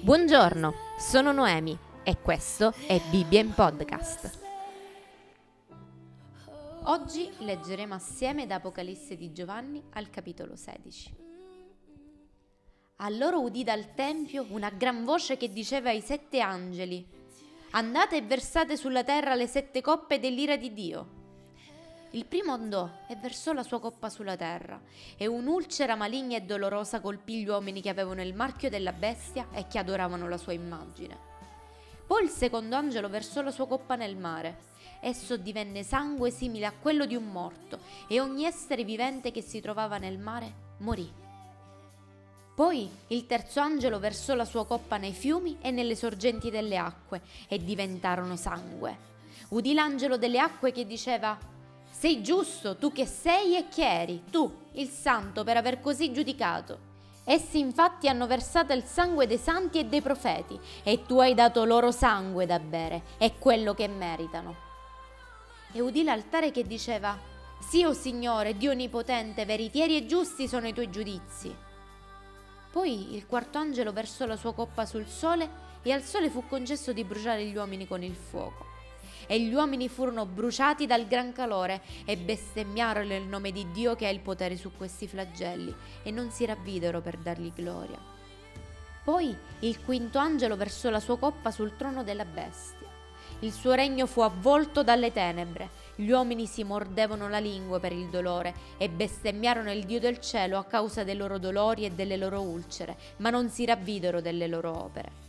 Buongiorno, sono Noemi e questo è Bibbia in Podcast. Oggi leggeremo assieme da Apocalisse di Giovanni al capitolo 16. Allora udì dal tempio una gran voce che diceva ai 7 angeli: andate e versate sulla terra le 7 coppe dell'ira di Dio. Il primo andò e versò la sua coppa sulla terra, e un'ulcera maligna e dolorosa colpì gli uomini che avevano il marchio della bestia e che adoravano la sua immagine. Poi il secondo angelo versò la sua coppa nel mare. Esso divenne sangue simile a quello di un morto, e ogni essere vivente che si trovava nel mare morì. Poi il terzo angelo versò la sua coppa nei fiumi e nelle sorgenti delle acque, e diventarono sangue. Udì l'angelo delle acque che diceva: sei giusto, tu che sei e che eri, tu, il santo, per aver così giudicato. Essi infatti hanno versato il sangue dei santi e dei profeti, e tu hai dato loro sangue da bere, è quello che meritano. E udì l'altare che diceva: sì, o Signore, Dio onnipotente, veritieri e giusti sono i tuoi giudizi. Poi il quarto angelo versò la sua coppa sul sole, e al sole fu concesso di bruciare gli uomini con il fuoco. E gli uomini furono bruciati dal gran calore e bestemmiarono il nome di Dio che ha il potere su questi flagelli, e non si ravvidero per dargli gloria. Poi il quinto angelo versò la sua coppa sul trono della bestia. Il suo regno fu avvolto dalle tenebre, gli uomini si mordevano la lingua per il dolore e bestemmiarono il Dio del cielo a causa dei loro dolori e delle loro ulcere, ma non si ravvidero delle loro opere.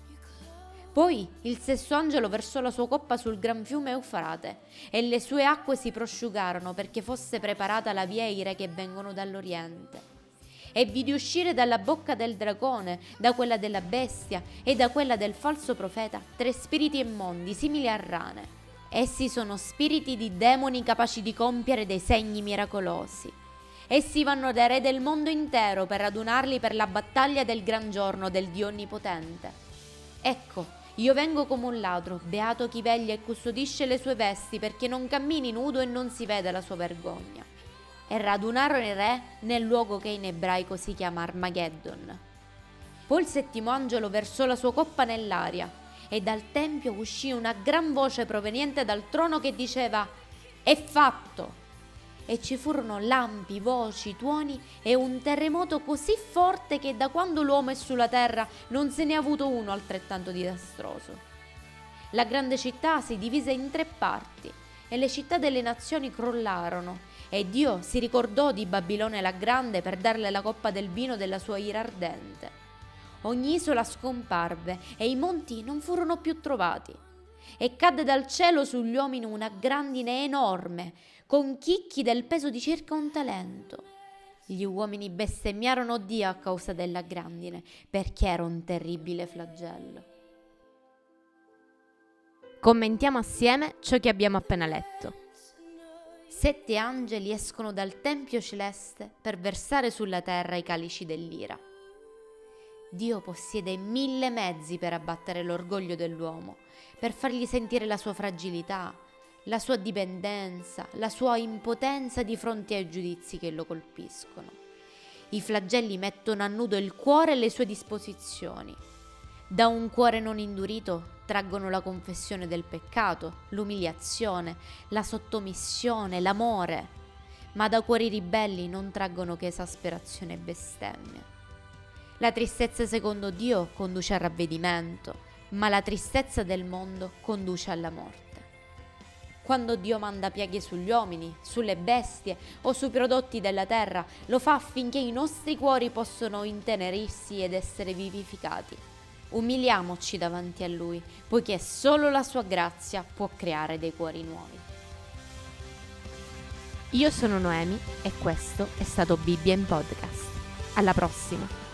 Poi il sesto angelo versò la sua coppa sul gran fiume Eufrate, e le sue acque si prosciugarono perché fosse preparata la via ai re che vengono dall'Oriente. E vidi uscire dalla bocca del dragone, da quella della bestia e da quella del falso profeta 3 spiriti immondi simili a rane. Essi sono spiriti di demoni capaci di compiere dei segni miracolosi. Essi vanno dai re del mondo intero per radunarli per la battaglia del gran giorno del Dio onnipotente. Ecco, io vengo come un ladro, beato chi veglia e custodisce le sue vesti, perché non cammini nudo e non si veda la sua vergogna. E radunarono i re nel luogo che in ebraico si chiama Armageddon. Poi il settimo angelo versò la sua coppa nell'aria, e dal tempio uscì una gran voce proveniente dal trono che diceva: è fatto! E ci furono lampi, voci, tuoni e un terremoto così forte che da quando l'uomo è sulla terra non se ne ha avuto uno altrettanto disastroso. La grande città si divise in 3 parti e le città delle nazioni crollarono, e Dio si ricordò di Babilone la grande per darle la coppa del vino della sua ira ardente. Ogni isola scomparve e i monti non furono più trovati. E cadde dal cielo sugli uomini una grandine enorme, con chicchi del peso di circa 1 talento. Gli uomini bestemmiarono Dio a causa della grandine, perché era un terribile flagello. Commentiamo assieme ciò che abbiamo appena letto. 7 angeli escono dal tempio celeste per versare sulla terra i calici dell'ira. Dio possiede 1000 mezzi per abbattere l'orgoglio dell'uomo, per fargli sentire la sua fragilità, la sua dipendenza, la sua impotenza di fronte ai giudizi che lo colpiscono. I flagelli mettono a nudo il cuore e le sue disposizioni. Da un cuore non indurito traggono la confessione del peccato, l'umiliazione, la sottomissione, l'amore, ma da cuori ribelli non traggono che esasperazione e bestemmia. La tristezza secondo Dio conduce al ravvedimento, ma la tristezza del mondo conduce alla morte. Quando Dio manda piaghe sugli uomini, sulle bestie o sui prodotti della terra, lo fa affinché i nostri cuori possano intenerirsi ed essere vivificati. Umiliamoci davanti a Lui, poiché solo la sua grazia può creare dei cuori nuovi. Io sono Noemi e questo è stato Bibbia in Podcast. Alla prossima!